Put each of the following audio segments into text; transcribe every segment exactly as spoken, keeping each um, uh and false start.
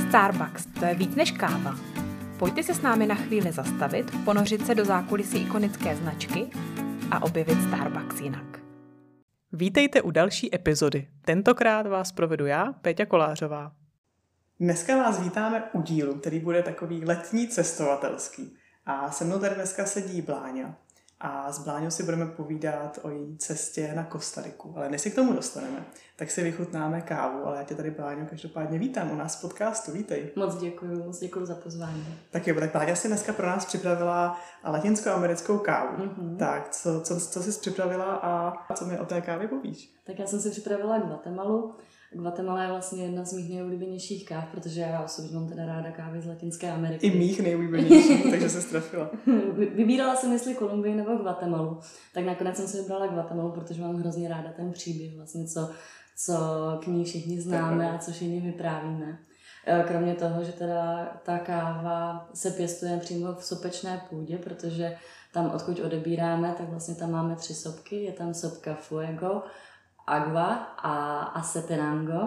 Starbucks, to je víc než káva. Pojďte se s námi na chvíli zastavit, ponořit se do zákulisí ikonické značky a objevit Starbucks jinak. Vítejte u další epizody. Tentokrát vás provedu já, Péťa Kolářová. Dneska vás vítáme u dílu, který bude takový letní cestovatelský. A se mnou tady dneska sedí Bláňa. A s Bláňou si budeme povídat o její cestě na Kostariku. Ale než si k tomu dostaneme, tak si vychutnáme kávu. Ale já tě tady, Bláňo, každopádně vítám u nás v podcastu. Vítej. Moc děkuju, moc děkuju za pozvání. Tak jo, tak Bláňa si dneska pro nás připravila latinskoamerickou kávu. Mm-hmm. Tak co, co, co jsi připravila a co mi o té kávě povíš? Tak já jsem si připravila Guatemalu. Guatemala je vlastně jedna z mých nejoblíbenějších káv, protože já osobně mám teda ráda kávy z Latinské Ameriky. I mých nejoblíbenějších, takže se strefila. Vybírala jsem, jestli Kolumbii nebo Guatemalu. Tak nakonec jsem si vybrala Guatemalu, protože mám hrozně ráda ten příběh, vlastně co, co k ní všichni známe a co všichni vyprávíme. Kromě toho, že teda ta káva se pěstuje přímo v sopečné půdě, protože tam, odkud odebíráme, tak vlastně tam máme tři sopky. Je tam sopka Fuego, Agua a Acetenango.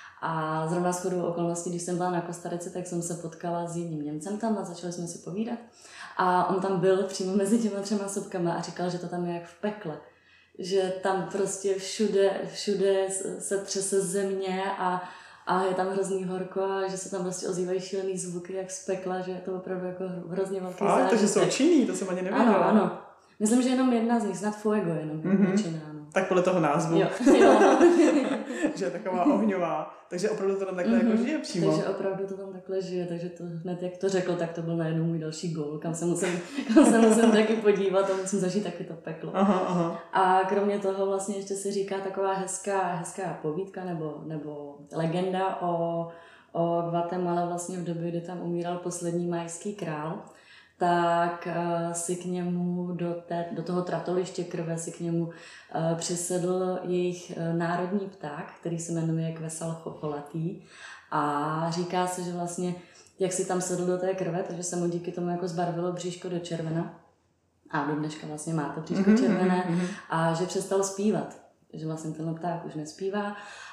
A zrovna shodou okolností, když jsem byla na Kostarice, tak jsem se potkala s jedním Němcem tam a začali jsme si povídat. A on tam byl přímo mezi těma třema sopkama a říkal, že to tam je jak v pekle. Že tam prostě všude, všude se třese země a, a je tam hrozný horko a že se tam prostě ozývají šílený zvuky jak z pekla, že je to opravdu jako hrozně velký zážitek. A, takže jsou činný, to jsem ani nevěděla. Ano, ano. Myslím, že jenom jedna z nich, snad Fuego jenom mm-hmm. činná. Tak podle toho názvu. Jo, jo. Že je taková ohňová. Takže opravdu to tam takhle mm-hmm. jako žije přímo. Takže opravdu to tam takhle žije. Takže to hned jak to řekl, tak to byl najednou můj další gól, kam se musím, kam se musím taky podívat a musím zažít taky to peklo. Aha, aha. A kromě toho vlastně ještě se říká taková hezká, hezká povídka nebo, nebo legenda o, o Guatemala vlastně v době, kdy tam umíral poslední majský král. Tak uh, si k němu do, té, do toho tratoliště krve si k němu uh, přisedl jejich uh, národní pták, který se jmenuje Quetzalcoatl. A říká se, že vlastně, jak si tam sedl do té krve, takže se mu díky tomu jako zbarvilo bříško do červena. A do dneška vlastně má to bříško mm-hmm, červené. Mm-hmm. A že přestal zpívat. Že vlastně ten pták už nespívá.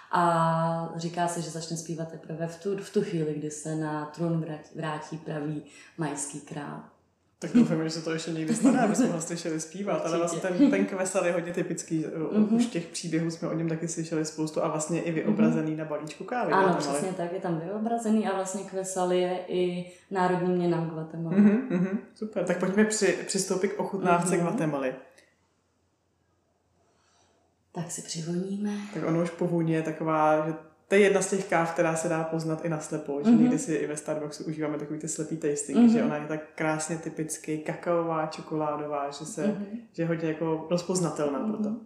A říká se, že začne zpívat teprve v tu, v tu chvíli, kdy se na trůn vrátí, vrátí pravý majský král. Tak doufám, že se to ještě někdy stane, aby jsme ho slyšeli zpívat, ale vlastně ten, ten Quetzal je hodně typický, mm-hmm. už těch příběhů jsme o něm taky slyšeli spoustu a vlastně i vyobrazený mm-hmm. na balíčku kávy. Ano, přesně tak, je tam vyobrazený a vlastně Quetzal je i národní měna Guatemaly. Mm-hmm, mm-hmm, super, tak pojďme při, přistoupit k ochutnávce mm-hmm. Guatemaly. Tak si přivoníme. Tak ono už po vůni je taková, že to je jedna z těch káv, která se dá poznat i na slepo, že mm-hmm. někdy si i ve Starbucksu užíváme takový ty slepý tasting, mm-hmm. že ona je tak krásně typicky kakaová, čokoládová, že, se, mm-hmm. že je hodně jako rozpoznatelná mm-hmm. proto.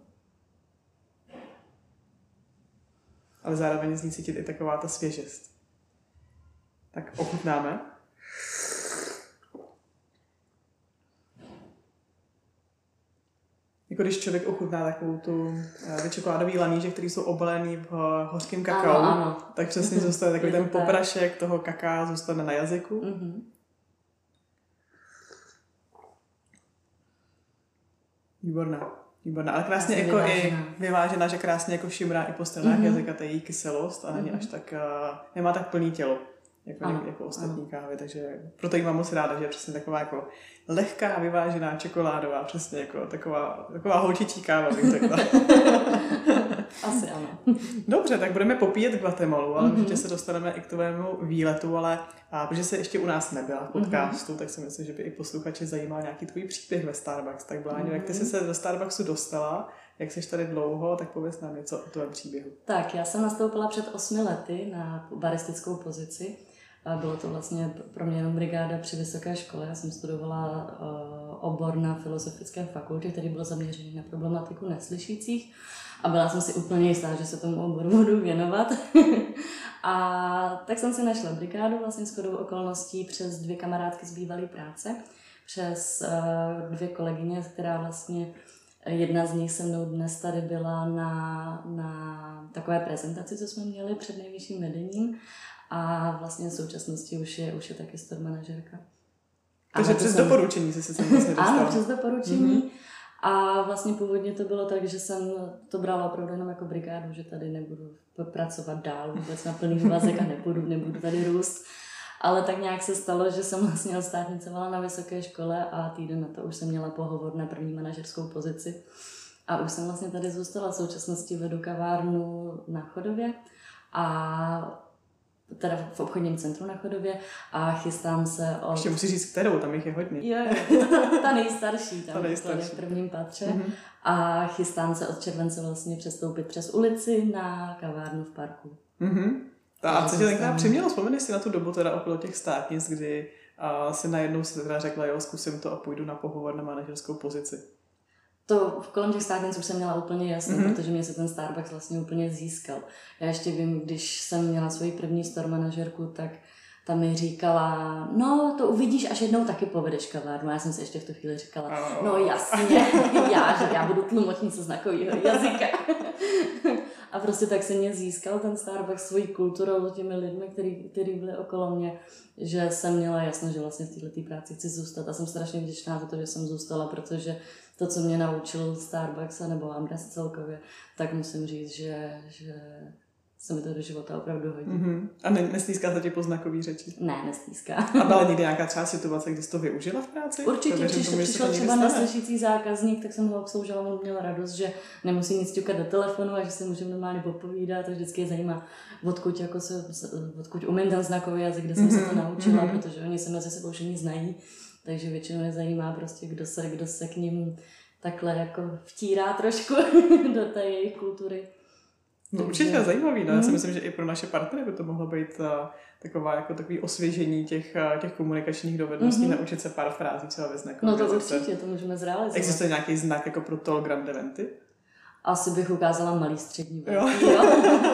Ale zároveň z ní cítit i taková ta svěžest. Tak ochutnáme. Jako když člověk ochutná takovou tu ty čokoládový laníže, který jsou obalený v hořkém kakao, ano, ano. tak přesně zůstane takový ten poprašek toho kakaa zůstane na jazyku. Mm-hmm. Výborná, výborná, ale krásně jako vyvážená. i vyvážená, že krásně jako šimrá i po stranách mm-hmm. jazyka ta její kyselost a není mm-hmm. až tak, uh, nemá tak plný tělo. Jako, ano, jako ostatní ano. kávy, takže proto jí mám moc ráda, že je přesně taková jako lehká, vyvážená, čokoládová, přesně jako taková, taková holčičí káva, bych řekla. Asi ano. Dobře, tak budeme popíjet Guatemalu, ale mm-hmm. určitě se dostaneme i k tvému výletu, ale a, protože se ještě u nás nebyla v podcastu, mm-hmm. tak si myslím, že by i posluchače zajímal nějaký tvůj příběh ve Starbucks. Tak Bláňo, mm-hmm. jak ty jsi se do Starbucksu dostala, jak jsi tady dlouho, tak pověz nám něco o tvém příběhu. Tak, já jsem nastoupila před osmi lety na baristickou pozici. Bylo to vlastně pro mě jenom brigáda při vysoké škole. Já jsem studovala uh, obor na Filozofické fakultě, který byl zaměřený na problematiku neslyšících. A byla jsem si úplně jistá, že se tomu oboru budu věnovat. A tak jsem si našla brigádu vlastně shodou okolností přes dvě kamarádky z bývalé práce, přes uh, dvě kolegyně, která vlastně jedna z nich se mnou dnes tady byla na, na takové prezentaci, co jsme měli před nejvyšším vedením. A vlastně v současnosti už je, už je taky store manažerka. Takže přes jsem... doporučení jsi se sem vlastně dostala. Ano, přes doporučení. Mm-hmm. A vlastně původně to bylo tak, že jsem to brala opravdu jenom jako brigádu, že tady nebudu pracovat dál vůbec na plný úvazek a nebudu, nebudu tady růst. Ale tak nějak se stalo, že jsem vlastně odstátnicovala na vysoké škole a týden na to už jsem měla pohovor na první manažerskou pozici. A už jsem vlastně tady zůstala. V současnosti vedu kavárnu na Chodově a teda v obchodním centru na Chodově a chystám se od... Ještě musíš říct, kterou, tam jich je hodně. Jo, jo, ta nejstarší, tam ta nejstarší. v prvním patře. Mm-hmm. A chystám se od července vlastně přestoupit přes ulici na kavárnu v parku. Mm-hmm. A co tě tenkrát přimělo? Vzpomeneš si na tu dobu teda okolo těch státnic, kdy uh, si najednou si teda řekla, jo, zkusím to a půjdu na pohovor na manažerskou pozici. To kolem těch státnic už jsem měla úplně jasno, mm-hmm. protože mě se ten Starbucks vlastně úplně získal. Já ještě vím, když jsem měla svoji první store manažerku, tak ta mi říkala, no to uvidíš, až jednou taky povedeš kavárnu. A já jsem si ještě v tu chvíli říkala, oh. no jasně, já, že já budu tlumočnice znakového jazyka. A prostě tak se mě získal ten Starbucks svojí kulturou, těmi lidmi, který, který byli okolo mě, že jsem měla jasno, že vlastně v této práci chci zůstat. A jsem strašně vděčná za to, že jsem zůstala, protože to, co mě naučil Starbucks nebo Amres celkově, tak musím říct, že, že se mi to do života opravdu hodí. Mm-hmm. A ne, nestýská se ti po znakový řeči? Ne, nestýská. A byla někdy nějaká třeba situace, kdy jsi to využila v práci? Určitě, přišel, přišel třeba neslyšící zákazník, tak jsem ho obsloužila, on měl radost, že nemusí nic ťukat do telefonu a že se můžeme normálně popovídat, to vždycky je zajímá, odkud, jako se, odkud umím ten znakový jazyk, kde jsem mm-hmm. se to naučila, mm-hmm. protože oni se mezi sebou všichni znají, takže většinou je zajímá prostě, kdo se, kdo se k ním takhle jako vtírá trošku do té jejich kultury. No určitě je zajímavý, no. Já si myslím, že i pro naše partnery by to mohlo být uh, taková, jako takový osvěžení těch, uh, těch komunikačních dovedností, mm-hmm. naučit se pár frází třeba ve znaku. No to určitě, to můžeme zrealizovat. Existuje nějaký znak jako pro tall grande venty? Asi bych ukázala malý střední jo. jo.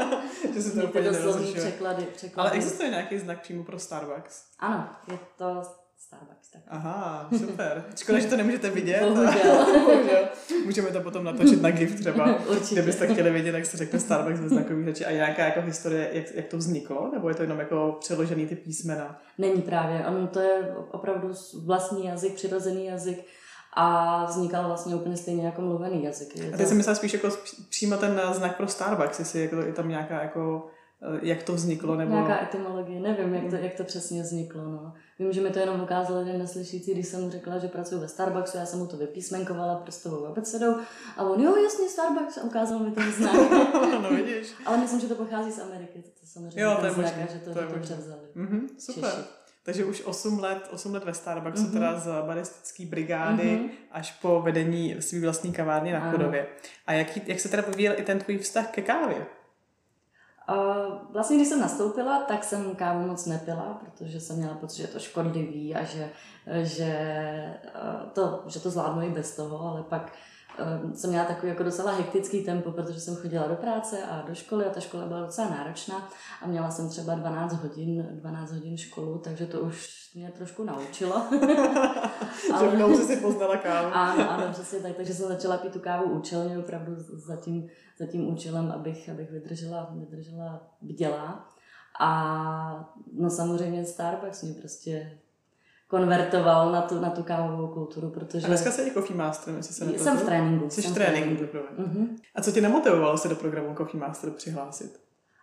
Že se to úplně nerozlišuje. Překlady, překlady. Ale existuje nějaký znak přímo pro Starbucks? Ano, je to Starbucks. Tak. Aha, super. Škoda, že to nemůžete vidět. Bohužel. Bohužel. Můžeme to potom natočit na gif třeba. Určitě. Kdybyste chtěli vidět, jak se řekne Starbucks ve znakových řeči. A nějaká jako historie, jak, jak to vzniklo? Nebo je to jenom jako přeložený ty písmena? Není právě. On to je opravdu vlastní jazyk, přirozený jazyk. A vznikal vlastně úplně stejně jako mluvený jazyk. Je a teď to... jsem myslela spíš jako přímo ten znak pro Starbucks, jestli jako je tam nějaká jako, jak to vzniklo, nebo... Nějaká etymologie, nevím, jak to, jak to přesně vzniklo, no. Vím, že mi to jenom ukázal jeden neslyšící, když jsem mu řekla, že pracuji ve Starbucksu, já jsem mu to vypísmenkovala prstovou abecedou a on, jo, jasně, Starbucks, a ukázal mi ten znak. No vidíš. Ale myslím, že to pochází z Ameriky, to, to samozřejmě jo, ten to je znak, možný, že to, to, to, to převzali. Mm-hmm, super. Češi. Takže už osm let, osm let ve Starbucksu, mm-hmm. teda z baristické brigády mm-hmm. až po vedení svý vlastní kavárny na Chodově. A jak, jak se teda vyvíjel i ten tvůj vztah ke kávě? Uh, vlastně, když jsem nastoupila, tak jsem kávu moc nepila, protože jsem měla pocit, že je to škodlivý a že, že, uh, to, že to zvládnu i bez toho, ale pak uh, jsem měla takový jako docela hektický tempo, protože jsem chodila do práce a do školy a ta škola byla docela náročná a měla jsem třeba dvanáct hodin školu, takže to už mě trošku naučilo. Že v nouzi si poznala kávu. Ano, ano, přesně tak, takže jsem začala pít tu kávu účelně, opravdu za tím, za tím účelem, abych, abych vydržela, vydržela bdělá. A no samozřejmě Starbucks mě prostě konvertoval na tu, na tu kávovou kulturu, protože... A dneska jsi i Coffee Master, jestli se nepletu? Jsem v tréninku. Jsi v tréninku, uh-huh. A co tě nemotivovalo se do programu Coffee Master přihlásit?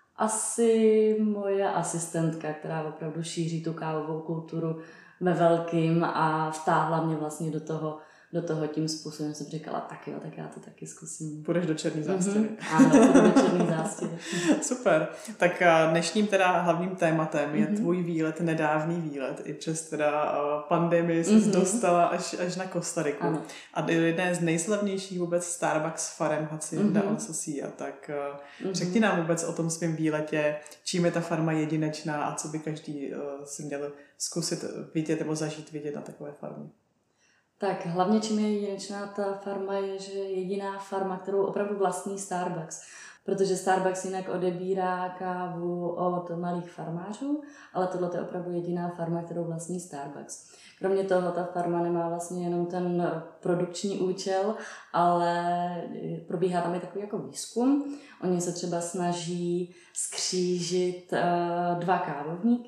Asi moje asistentka, která opravdu šíří tu kávovou kulturu ve velkým a vtáhla mě vlastně do toho, do toho tím způsobem, jsem říkala, tak jo, tak já to taky zkusím. Půjdeš do černý zástěny. Mm-hmm. Ano, půjdu do černý zástěny. Super. Tak dnešním teda hlavním tématem je mm-hmm. tvůj výlet, nedávný výlet. I přes teda pandemii jsi mm-hmm. dostala až, až na Kostariku. Ano. A jedné z nejslavnějších vůbec Starbucks farem Hacienda mm-hmm. Alsacia. Tak mm-hmm. řekni nám vůbec o tom svém výletě, čím je ta farma jedinečná a co by každý uh, si měl zkusit vidět nebo zažít vidět na takové farmě. Tak hlavně čím je jedinečná ta farma je, že je jediná farma, kterou opravdu vlastní Starbucks. Protože Starbucks jinak odebírá kávu od malých farmářů, ale tohle je opravdu jediná farma, kterou vlastní Starbucks. Kromě toho ta farma nemá vlastně jenom ten produkční účel, ale probíhá tam i takový jako výzkum. Oni se třeba snaží skřížit dva kávovníky,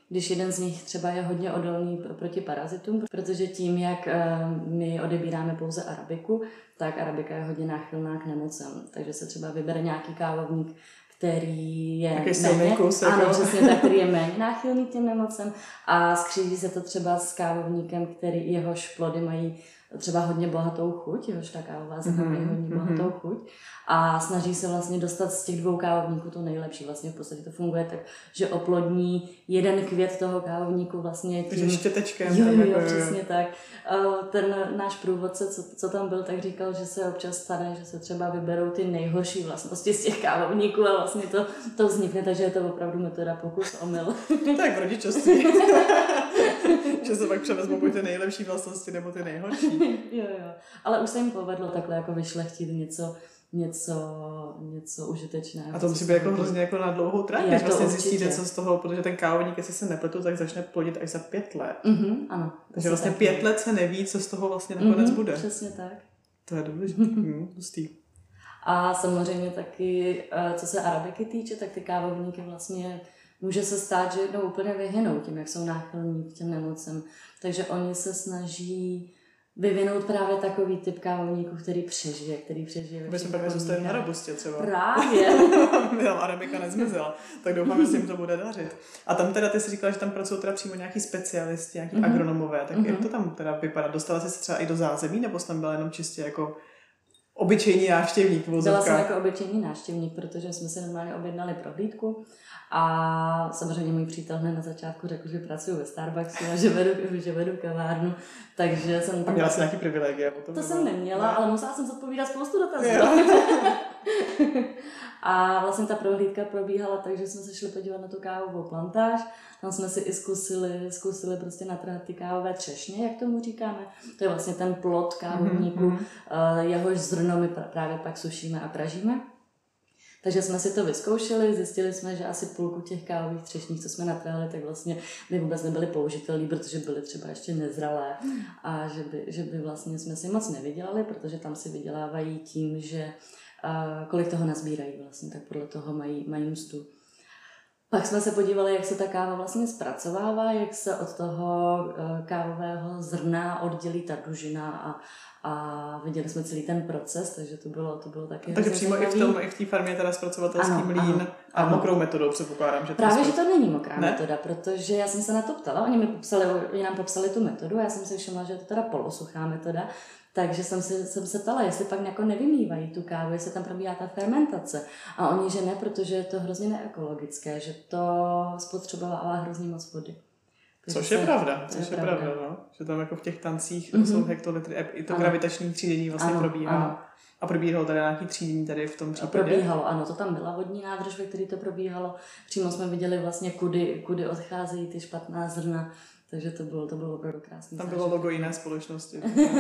když jeden z nich třeba je hodně odolný proti parazitům, protože tím, jak my odebíráme pouze arabiku, tak arabika je hodně náchylná k nemocem. Takže se třeba vybere nějaký kávovník, který je méně, kus, ano, jako. přesně tak, který je méně náchylný k těm nemocem a skříží se to třeba s kávovníkem, který jehož plody mají třeba hodně bohatou chuť, jehož ta kávová zrna mají mm-hmm. hodně bohatou chuť a snaží se vlastně dostat z těch dvou kávovníků to nejlepší. Vlastně v podstatě to funguje tak, že oplodní jeden květ toho kávovníku vlastně tím... Takže štětečkem. Jo, jo, jo, jako, přesně tak. Ten náš průvodce, co, co tam byl, tak říkal, že se občas stane, že se třeba vyberou ty nejhorší vlastnosti z těch kávovníků a vlastně to, to vznikne, takže je to opravdu metoda pokus omyl. Tak v rodičovství. Že se pak převezmou buď ty nejlepší vlastnosti, nebo ty nejhorší. Jo, jo. Ale už se jim povedlo takhle jako vyšlechtit něco, něco, něco užitečného. A to musí být jako hrozně jako na dlouhou trať, než vlastně zjistíte, co z toho, protože ten kávovník, jestli se nepletu, tak začne plodit až za pět let. Mm-hmm, ano. Takže vlastně tak pět let se neví, co z toho vlastně nakonec mm-hmm, bude. Přesně tak. To je důležité. Mm, hustý. A samozřejmě taky, co se arabiky týče, tak ty kávovníky vlastně může se stát, že jednou úplně vyhynou tím, jak jsou náchylní k těm nemocem. Takže oni se snaží vyvinout právě takový typ kávovníků, který přežije, který přežije. My jsme právě zůstali na robustě třeba. Právě. Tam arabika nezmizela, tak doufám, že se jim to bude dařit. A tam teda ty jsi říkala, že tam pracují teda přímo nějaký specialisti, nějaký mm-hmm. agronomové, tak mm-hmm. jak to tam teda vypadá? Dostala jsi se třeba i do zázemí, nebo jsi tam byla jenom čistě jako obyčejný návštěvník? Byla jsem jako obyčejný návštěvník, protože jsme si normálně objednali prohlídku a samozřejmě můj přítel hned na začátku řekl, že pracuji ve Starbucksu a že vedu, že vedu kavárnu, takže jsem tam... A měla jsi nějaký privilegie? To, to jsem neměla, ne. Ale musela jsem zodpovídat spoustu dotazů. A vlastně ta prohlídka probíhala tak, že jsme se šli podívat na tu kávovou plantáž. Tam jsme si i zkusili, zkusili prostě natrhat ty kávové třešně, jak tomu říkáme. To je vlastně ten plod kávovníku, mm-hmm. jehož zrno my právě pak sušíme a pražíme. Takže jsme si to vyzkoušeli, zjistili jsme, že asi půlku těch kávových třešních, co jsme natrhali, tak vlastně by vůbec nebyly použitelné, protože byly třeba ještě nezralé a že by, že by vlastně jsme si moc nevydělali, protože tam si vydělávají tím, že a kolik toho nazbírají vlastně, tak podle toho mají, mají mzdu. Pak jsme se podívali, jak se ta káva vlastně zpracovává, jak se od toho kávového zrna oddělí ta dužina a, a viděli jsme celý ten proces, takže to bylo, to bylo taky Takže přímo i v tom, i v té farmě je teda zpracovatelský ano, mlýn ano, a ano. mokrou metodou předpokládám, že to Právě, je... že to není mokrá ne? metoda, protože já jsem se na to ptala, oni mi popsali, oni nám popsali tu metodu a já jsem si všimla, že je to teda polosuchá metoda. Takže jsem se, jsem se ptala, jestli pak jako nevymývají tu kávu, jestli tam probíhá ta fermentace. A oni, že ne, protože je to hrozně neekologické, že to spotřebovává hrozně moc vody. Takže což je se, pravda, což je pravda, pravda no. Že tam jako v těch tancích mm-hmm. jsou hektolitry, i to ano. gravitační třídění vlastně ano, probíhá. Ano. A probíhalo tady nějaký třídění tady v tom případě? Probíhalo, ano, to tam byla vodní nádrž, ve které to probíhalo. Přímo jsme viděli vlastně, kudy, kudy odcházejí ty špatná zrna. Takže to bylo, to bylo opravdu krásný. Tam bylo logo jiné společnosti.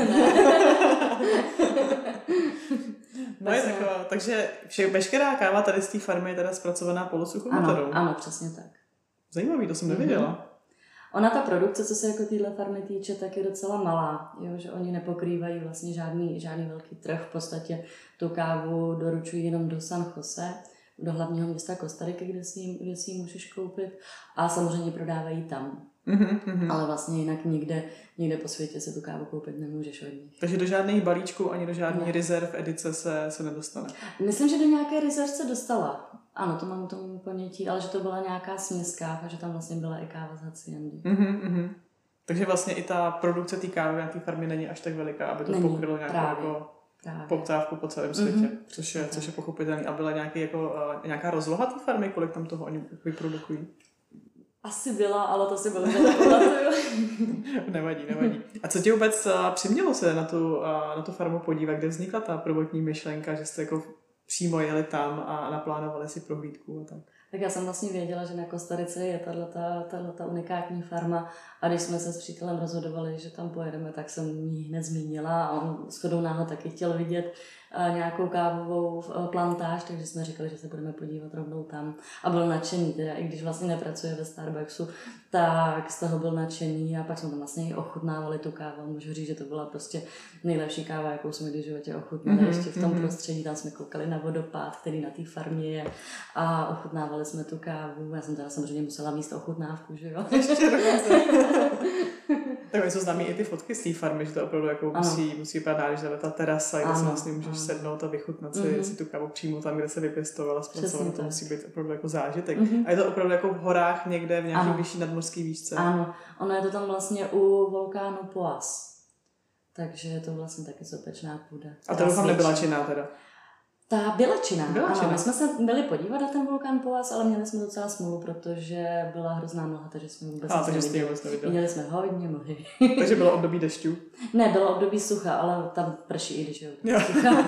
No je taková, takže vše, veškerá káva tady z té farmy je teda zpracovaná polosuchou metodou. Ano, přesně tak. Zajímavý, to jsem nevěděla. Mm-hmm. Ona ta produkce, co se jako téhle farmy týče, tak je docela malá, jo? Že oni nepokrývají vlastně žádný, žádný velký trh, v podstatě tu kávu doručují jenom do San Jose, do hlavního města Kostariky, kde si ji, kde si ji můžeš koupit a samozřejmě prodávají tam. Mm-hmm, mm-hmm. Ale vlastně jinak nikde, nikde po světě se tu kávu koupit nemůžeš od nich. Takže do žádných balíčků ani do žádných rezerv edice se, se nedostane? Myslím, že do nějaké rezerv se dostala. Ano, to mám tomu ponětí, ale že to byla nějaká směská a že tam vlastně byla i káva z haciendy. Mm-hmm, mm-hmm. Takže vlastně i ta produkce té kávy na té farmě není až tak veliká, aby to není, pokrylo nějakou jako poptávku po celém světě, mm-hmm, což, je, což je pochopitelný. A byla nějaký, jako, uh, nějaká rozloha té farmy, kolik tam toho oni vyprodukují? Asi byla, ale to si velmi nepamatuju. Nevadí, nevadí. A co tě vůbec uh, přimělo se na tu, uh, na tu farmu podívat, kde vznikla ta prvotní myšlenka, že jste jako přímo jeli tam a naplánovali si prohlídku a tak? Tak já jsem vlastně věděla, že na Kostarice je tato unikátní farma a když jsme se s přítelem rozhodovali, že tam pojedeme, tak jsem ji hned zmínila a on shodou náhle taky chtěl vidět, nějakou kávovou plantáž, takže jsme říkali, že se budeme podívat rovnou tam. A byl nadšený, teda, i když vlastně nepracuje ve Starbucksu, tak z toho byl nadšený a pak jsme tam vlastně i ochutnávali tu kávu. Můžu říct, že to byla prostě nejlepší káva, jakou jsme kdy v životě ochutnali. Mm-hmm. Ještě v tom mm-hmm. prostředí, tam jsme koukali na vodopád, který na té farmě je a ochutnávali jsme tu kávu. Já jsem teda samozřejmě musela mít ochutnávku, že jo? Tak jsou známí i ty fotky z té farmy, že to opravdu jako musí, musí vypadat, když ta terasa, kde si vlastně můžeš ano. sednout a vychutnat si, mm-hmm. si tu kávu přímo tam, kde se vypěstovala, zpracovala. To musí být opravdu jako zážitek. Mm-hmm. A je to opravdu jako v horách někde, v nějaké vyšší nadmořské výšce. Ano, ono je to tam vlastně u vulkánu Poás. Takže je to vlastně taky sopečná půda. A to doufám nebyla činná teda. Ta byla činná, byla ano. činná. My jsme se byli podívat na ten vulkán Poás, ale měli jsme docela smůlu, protože byla hrozná mlha, takže jsme vůbec a, takže neviděli. Měli jsme hodně mlhy. Takže bylo období dešťů? Ne, bylo období sucha, ale tam prší i když je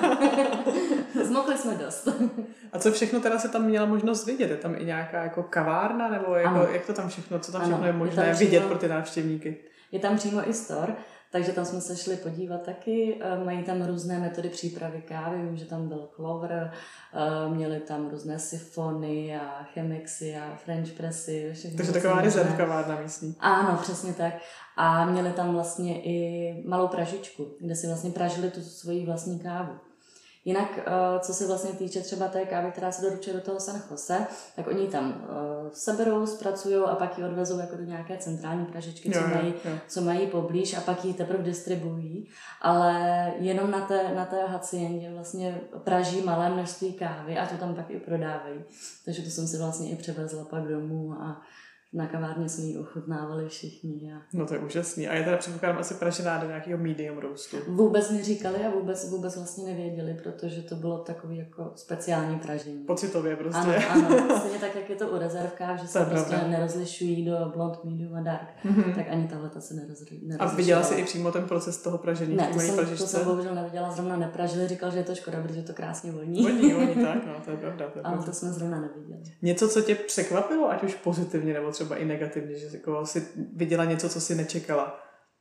zmokli jsme dost. A co všechno teda se tam měla možnost vidět? Je tam i nějaká jako kavárna, nebo jako, jak to tam všechno, co tam všechno ano, je možné je vidět přímo, pro ty návštěvníky? Je tam přímo i store. Takže tam jsme se šli podívat taky, mají tam různé metody přípravy kávy, vím, že tam byl clover, měli tam různé sifony a chemixy a french pressy. Takže taková rezervkavárna místní. Ano, přesně tak. A měli tam vlastně i malou pražičku, kde si vlastně pražili tu svoji vlastní kávu. Jinak, co se vlastně týče třeba té kávy, která se doručuje do toho San Jose, tak oni tam seberou, zpracují a pak ji odvezou jako do nějaké centrální pražičky, co, jo, mají, jo. co mají poblíž a pak ji teprve distribuují. Ale jenom na té, na té haciendě vlastně praží malé množství kávy a to tam pak i prodávají. Takže to jsem si vlastně i převezla pak domů a na kavárně jsme ji ochutnávali všichni. A... No to je úžasný. A je teda předpokládám asi pražená do nějakého medium roastu. Vůbec neříkali a vůbec, vůbec vlastně nevěděli, protože to bylo takový jako speciální pražení. Pocitově prostě. Ano, ano. Stejně tak, jak je to u rezervkách, že se prostě pravda. nerozlišují do blond, medium a dark, mm-hmm. tak ani tahle ta se nerozlišuje. A viděla jsi i přímo ten proces toho pražení? Ne, to jsem, to jsem bohužel neviděla, zrovna nepražili, říkal, že je to škoda, protože to krásně voní. Voní, voní, tak, no, to je pravda. To je Ale pravda. to jsme zrovna neviděli. Něco, co tě překvapilo, ať už pozitivně nebo třeba i negativně, že jako jsi viděla něco, co jsi nečekala?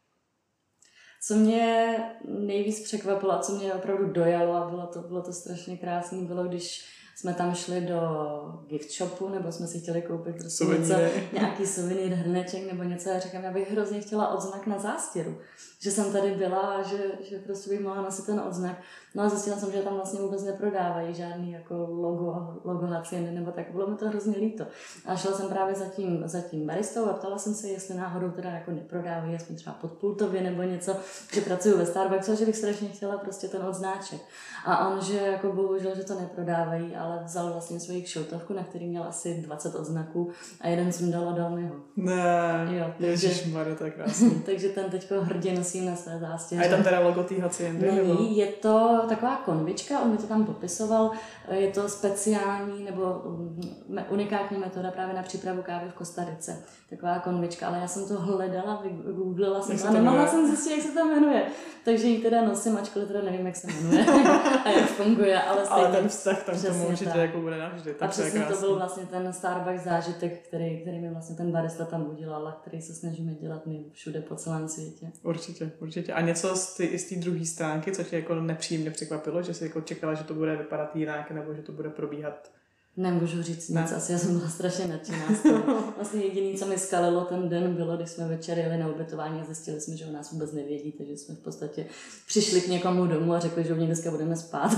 Co mě nejvíc překvapilo a co mě opravdu dojalo a bylo to, bylo to strašně krásné, bylo, když jsme tam šli do gift shopu, nebo jsme si chtěli koupit prostě něco, nějaký suvenýr, hrneček nebo něco. Já říkám, já bych hrozně chtěla odznak na zástěru. Že jsem tady byla a že, že prostě bych mohla nosit ten odznak. No a zjistila jsem, že tam vlastně vůbec neprodávají žádný jako logo, logo haciendy nebo tak. Bylo mi to hrozně líto. A šla jsem právě za tím, za tím baristou a ptala jsem se, jestli náhodou teda jako neprodávají, jestli třeba podpultově nebo něco, že pracuju ve Starbucksu a že bych strašně chtěla prostě ten odznáček. A on, že jako bohužel, že to neprodávají, ale vzal vlastně svoji kšiltovku, na který měl asi dvacet odznaků a jeden sundal a dal mi ho. Ne, jo, ježišmarja, to je krásný. Takže ten teďko hrdě nosím na své zástěře. A je tam teda logo té haciendy? Není, je to taková konvička, on mi to tam popisoval, je to speciální nebo unikátní metoda právě na přípravu kávy v Kostarice. Taková konvička, ale já jsem to hledala, vygooglila jsem to a nemohla jsem zjistit, jak se to jmenuje. Takže ji teda nosím, ačkoliv teda nevím, jak se jmenuje a jak funguje, ale stejně. Ale ten vztah tam tomu určitě jako bude navždy. A přesně to byl vlastně ten Starbucks zážitek, který, který mi vlastně ten barista tam udělal a který se snažíme dělat my všude po celém světě. Určitě, určitě. A něco z té z druhé stránky, co tě jako nepříjemně překvapilo, že jsi jako čekala, že to bude vypadat jinak nebo že to bude probíhat? Nemůžu říct nic, ne. Asi já jsem byla strašně nadšená z toho. Vlastně jediné, co mi skalilo ten den, bylo, když jsme večer jeli na ubytování a zjistili jsme, že o nás vůbec nevědí, takže jsme v podstatě přišli k někomu domů a řekli, že u něj dneska budeme spát.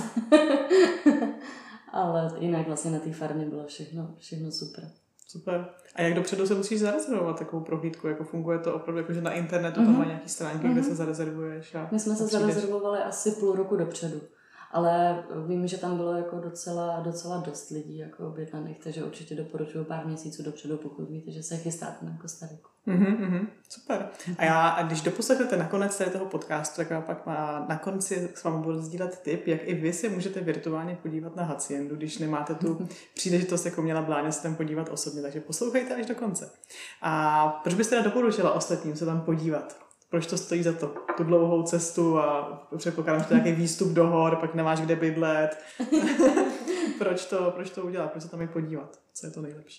Ale jinak vlastně na té farmě bylo všechno, všechno super. Super. A jak dopředu se musíš zarezervovat takovou prohlídku? Jako funguje to opravdu, jako že na internetu mm-hmm. tam má nějaký stránky, mm-hmm. kde se zarezervuješ? A My jsme se přijdeš... zarezervovali asi půl roku dopředu. Ale vím, že tam bylo jako docela, docela dost lidí jako objednaných, takže určitě doporučuji pár měsíců dopředu, pokud víte, že se chystáte na Kostariku. Mm-hmm, super. A já, a když doposlechnete nakonec tady toho podcastu, tak já pak má, na konci s vámi budu sdílet tip, jak i vy si můžete virtuálně podívat na haciendu, když nemáte tu příležitost, jako měla Bláňa, se tam podívat osobně, takže poslouchejte až do konce. A proč byste teda doporučila ostatním se tam podívat? Proč to stojí za to? Tu dlouhou cestu a předpokládám, že to je nějaký výstup do hor, pak nemáš kde bydlet. proč, to, proč to udělat? Proč se tam i podívat? Co je to nejlepší?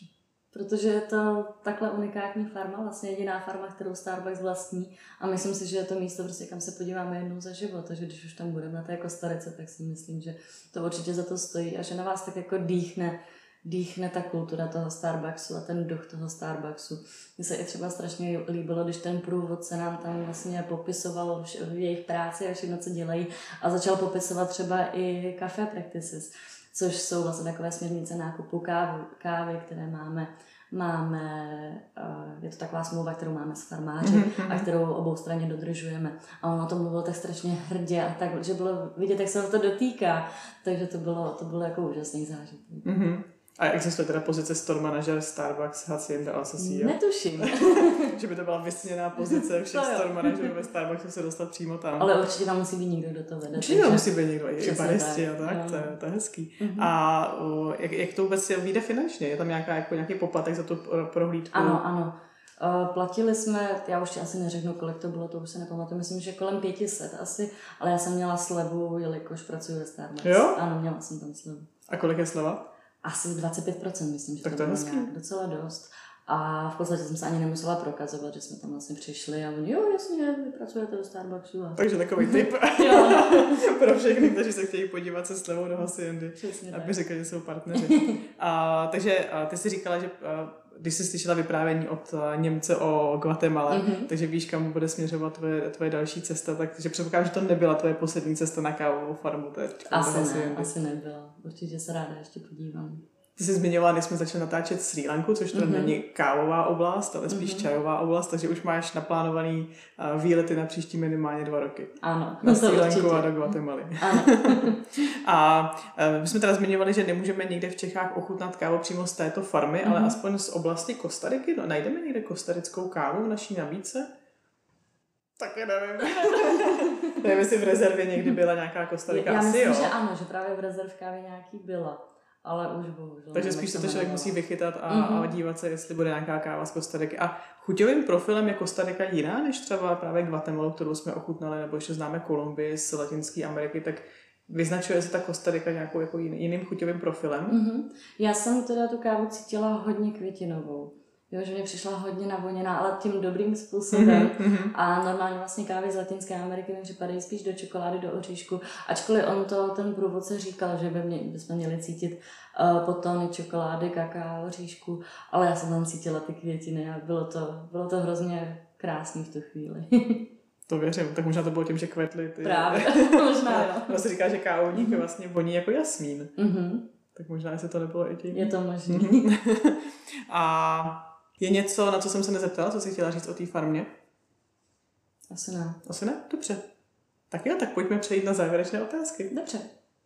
Protože je to takhle unikátní farma, vlastně jediná farma, kterou Starbucks vlastní a myslím si, že je to místo, prostě, kam se podíváme jednou za život, takže když už tam budeme na té Kostarice, tak si myslím, že to určitě za to stojí a že na vás tak jako dýchne, dýchne ta kultura toho Starbucksu a ten duch toho Starbucksu. Mně se i třeba strašně líbilo, když ten průvodce nám tam vlastně popisoval jejich práci a všechno, co dělají a začal popisovat třeba i café practices, což jsou vlastně takové směrnice nákupu kávy, kávy které máme. Máme, je to taková smlouva, kterou máme s farmáři mm-hmm. a kterou obou straně dodržujeme. A on o tom mluvil tak strašně hrdě a tak, že bylo vidět, jak se to dotýká. Takže to bylo, to bylo jako úžasný zážitek. Mm-hmm. A existuje teda pozice store manager Starbucks Hacienda Alsacia? Netuším. Že by to byla vysněná pozice všech store manažerů ve Starbucksu se dostat přímo tam. Ale určitě tam musí být někdo, kdo to vede. Určitě tam musí být někdo, i baristi a tak, no. to, je, to je hezký. Mm-hmm. A o, jak, jak to vůbec vyjde finančně? Je tam nějaká, jako, nějaký poplatek za tu prohlídku? Ano, ano. Uh, platili jsme, já už asi neřeknu, kolik to bylo, to už se nepamatuju, myslím, že kolem pět set asi, ale já jsem měla slevu, jelikož pracuji ve Starbucks. Jo? Ano, měla jsem tam slevu. A kolik je sleva? Asi dvacet pět procent, myslím, že tak to, to bylo hezký. Nějak docela dost. A v podstatě jsem se ani nemusela prokazovat, že jsme tam vlastně přišli a oni, jo, jasně, vy pracujete ve Starbucksu. A... Takže takový tip pro všechny, kteří se chtějí podívat se slevou do Haciendy, aby řekli, že jsou partneři. A, takže a ty jsi říkala, že a, když jsi slyšela vyprávění od Němce o Guatemala, mm-hmm. takže víš, kam bude směřovat tvoje, tvoje další cesta, takže předpokládám, že to nebyla tvoje poslední cesta na kávovou farmu. Té, asi ne, asi nebyla. Určitě se ráda ještě podívám. Ty jsi zmiňovala, když jsme začali natáčet Srí Lanku, což to mm-hmm. není kávová oblast, ale spíš mm-hmm. čajová oblast, takže už máš naplánovaný uh, výlety na příští minimálně dva roky. Ano. Na Srí Lanku a do Guatemaly. Ano. A uh, my jsme teda zmiňovali, že nemůžeme někde v Čechách ochutnat kávu přímo z této farmy, mm-hmm. ale aspoň z oblasti Kostariky. No, najdeme někde kostarickou kávu v naší nabídce? Taky nevím. Nevím, jestli v rezervě někdy byla nějaká Kostarika. Já Asi myslím, jo. že ano, že právě v rezervkávě nějaký byla. Ale už bohužel. Takže spíš se to člověk musí vychytat a, mm-hmm. a dívat se, jestli bude nějaká káva z Kostariky. A chuťovým profilem je Kostarika jiná, než třeba právě Guatemalu, kterou jsme ochutnali, nebo ještě známe Kolumbii z Latinské Ameriky, tak vyznačuje se ta Kostarika nějakou jako jiný, jiným chuťovým profilem? Mm-hmm. Já jsem teda tu kávu cítila hodně květinovou. Jo, že mě přišla hodně navoněná, ale tím dobrým způsobem. Mm-hmm. A normálně vlastně kávy z Latinské Ameriky mi připadají spíš do čokolády, do oříšku. Ačkoliv on to, ten průvodce říkal, že by mě, bychom měli cítit uh, potony čokolády, kaká, oříšku, ale já jsem tam cítila ty květiny a bylo to, bylo to hrozně krásný v tu chvíli. To věřím, tak možná to bylo tím, že kvetly ty... Právě, možná jo. No se říká, že kávovník mm-hmm. vlastně voní jako jasmín. Mm-hmm. Tak možná, jestli to nebylo i tím. Je to možné. A je něco, na co jsem se nezeptala, co jsi chtěla říct o té farmě? Asi ne. Asi ne? Dobře. Tak jo, tak pojďme přejít na závěrečné otázky. Dobře.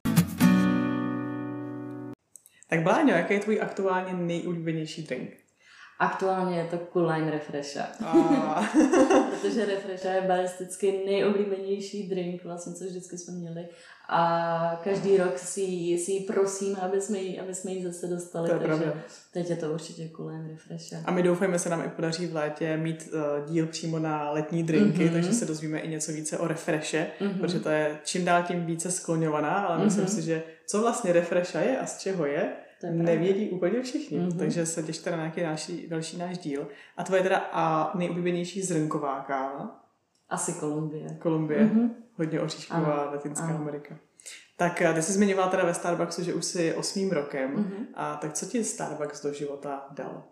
Tak Bláňo, jaký je tvůj aktuálně nejulíbenější drink? Aktuálně je to Kulajn Refresha. A... Protože Refresha je baristicky nejoblíbenější drink, vlastně, co vždycky jsme měli. A každý rok si, si ji prosím, aby jsme ji, aby jsme ji zase dostali. To je takže pravda. Teď je to určitě Kulajn Refresha. A my doufáme, se nám i podaří v létě mít uh, díl přímo na letní drinky, mm-hmm. takže se dozvíme i něco více o Refreshe, mm-hmm. protože to je čím dál tím více skloňovaná, ale mm-hmm. myslím si, že co vlastně Refresha je a z čeho je, nevědí úplně všichni, mm-hmm. takže se těšte na nějaký další, další náš díl. A tvoje teda a nejoblíbenější zrnková káva? Asi Kolumbie. Kolumbie, mm-hmm. hodně oříšková, Latinská ano. Amerika. Tak ty jsi zmiňovala teda ve Starbucksu, že už jsi osmým rokem, mm-hmm. a tak co ti Starbucks do života dal?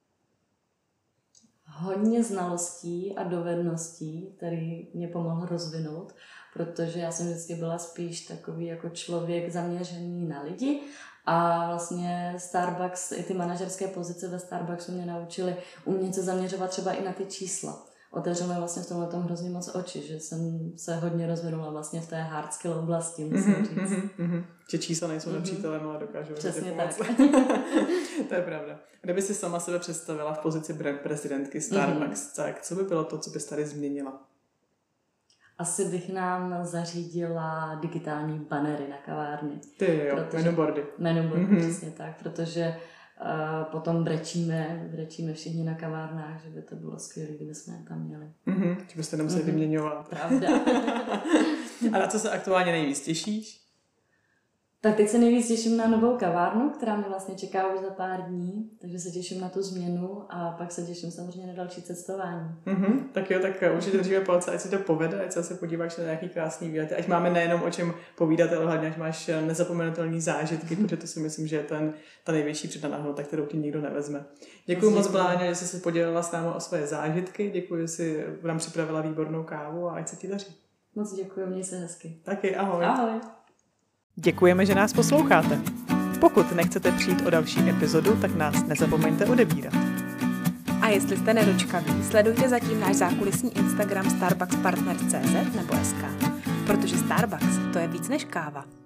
Hodně znalostí a dovedností, který mě pomohl rozvinout, protože já jsem vždycky byla spíš takový jako člověk zaměřený na lidi. A vlastně Starbucks, i ty manažerské pozice ve Starbucksu mě naučily umět se zaměřovat třeba i na ty čísla. Otevřelo mi vlastně v tomhle tom hrozně moc oči, že jsem se hodně rozvinula vlastně v té hard skill oblasti, musím mm-hmm, říct. Mm-hmm. Že čísla nejsou mm-hmm. nepřítelem, ale dokážou přesně tak. To je pravda. Kdyby si sama sebe představila v pozici brand prezidentky Starbucks, mm-hmm. tak co by bylo to, co bys tady změnila? Asi bych nám zařídila digitální banery na kavárně. Ty jo, menuboardy. Menuboardy, mm-hmm. přesně tak, protože uh, potom brečíme, brečíme všichni na kavárnách, že by to bylo skvělé, kdyby jsme je tam měli. Mm-hmm. Že byste nemuseli mm-hmm. vyměňovat. Pravda. A na co se aktuálně nejvíc těšíš? Tak teď se nejvíc těším na novou kavárnu, která mě vlastně čeká už za pár dní, takže se těším na tu změnu a pak se těším samozřejmě na další cestování. Mm-hmm, tak jo, tak určitě držíme palce, ať se to povede, ať se podíváš na nějaký krásný výlety, ať máme nejenom o čem povídat, ale hlavně ať máš nezapomenutelný zážitky, protože to si myslím, že je ten, ta největší přidaná hodnota, kterou ti nikdo nevezme. Děkuji moc, Bláňo, že jsi se podělila s námi o své zážitky, děkuji, že jsi nám připravila výbornou kávu a ať se ti daří. Moc děkuji, měj se hezky. Taky, ahoj. Ahoj. Děkujeme, že nás posloucháte. Pokud nechcete přijít o další epizodu, tak nás nezapomeňte odebírat. A jestli jste nedočkaví, sledujte zatím náš zákulisní Instagram Starbucks Partners tečka cé zet nebo es ká, protože Starbucks to je víc než káva.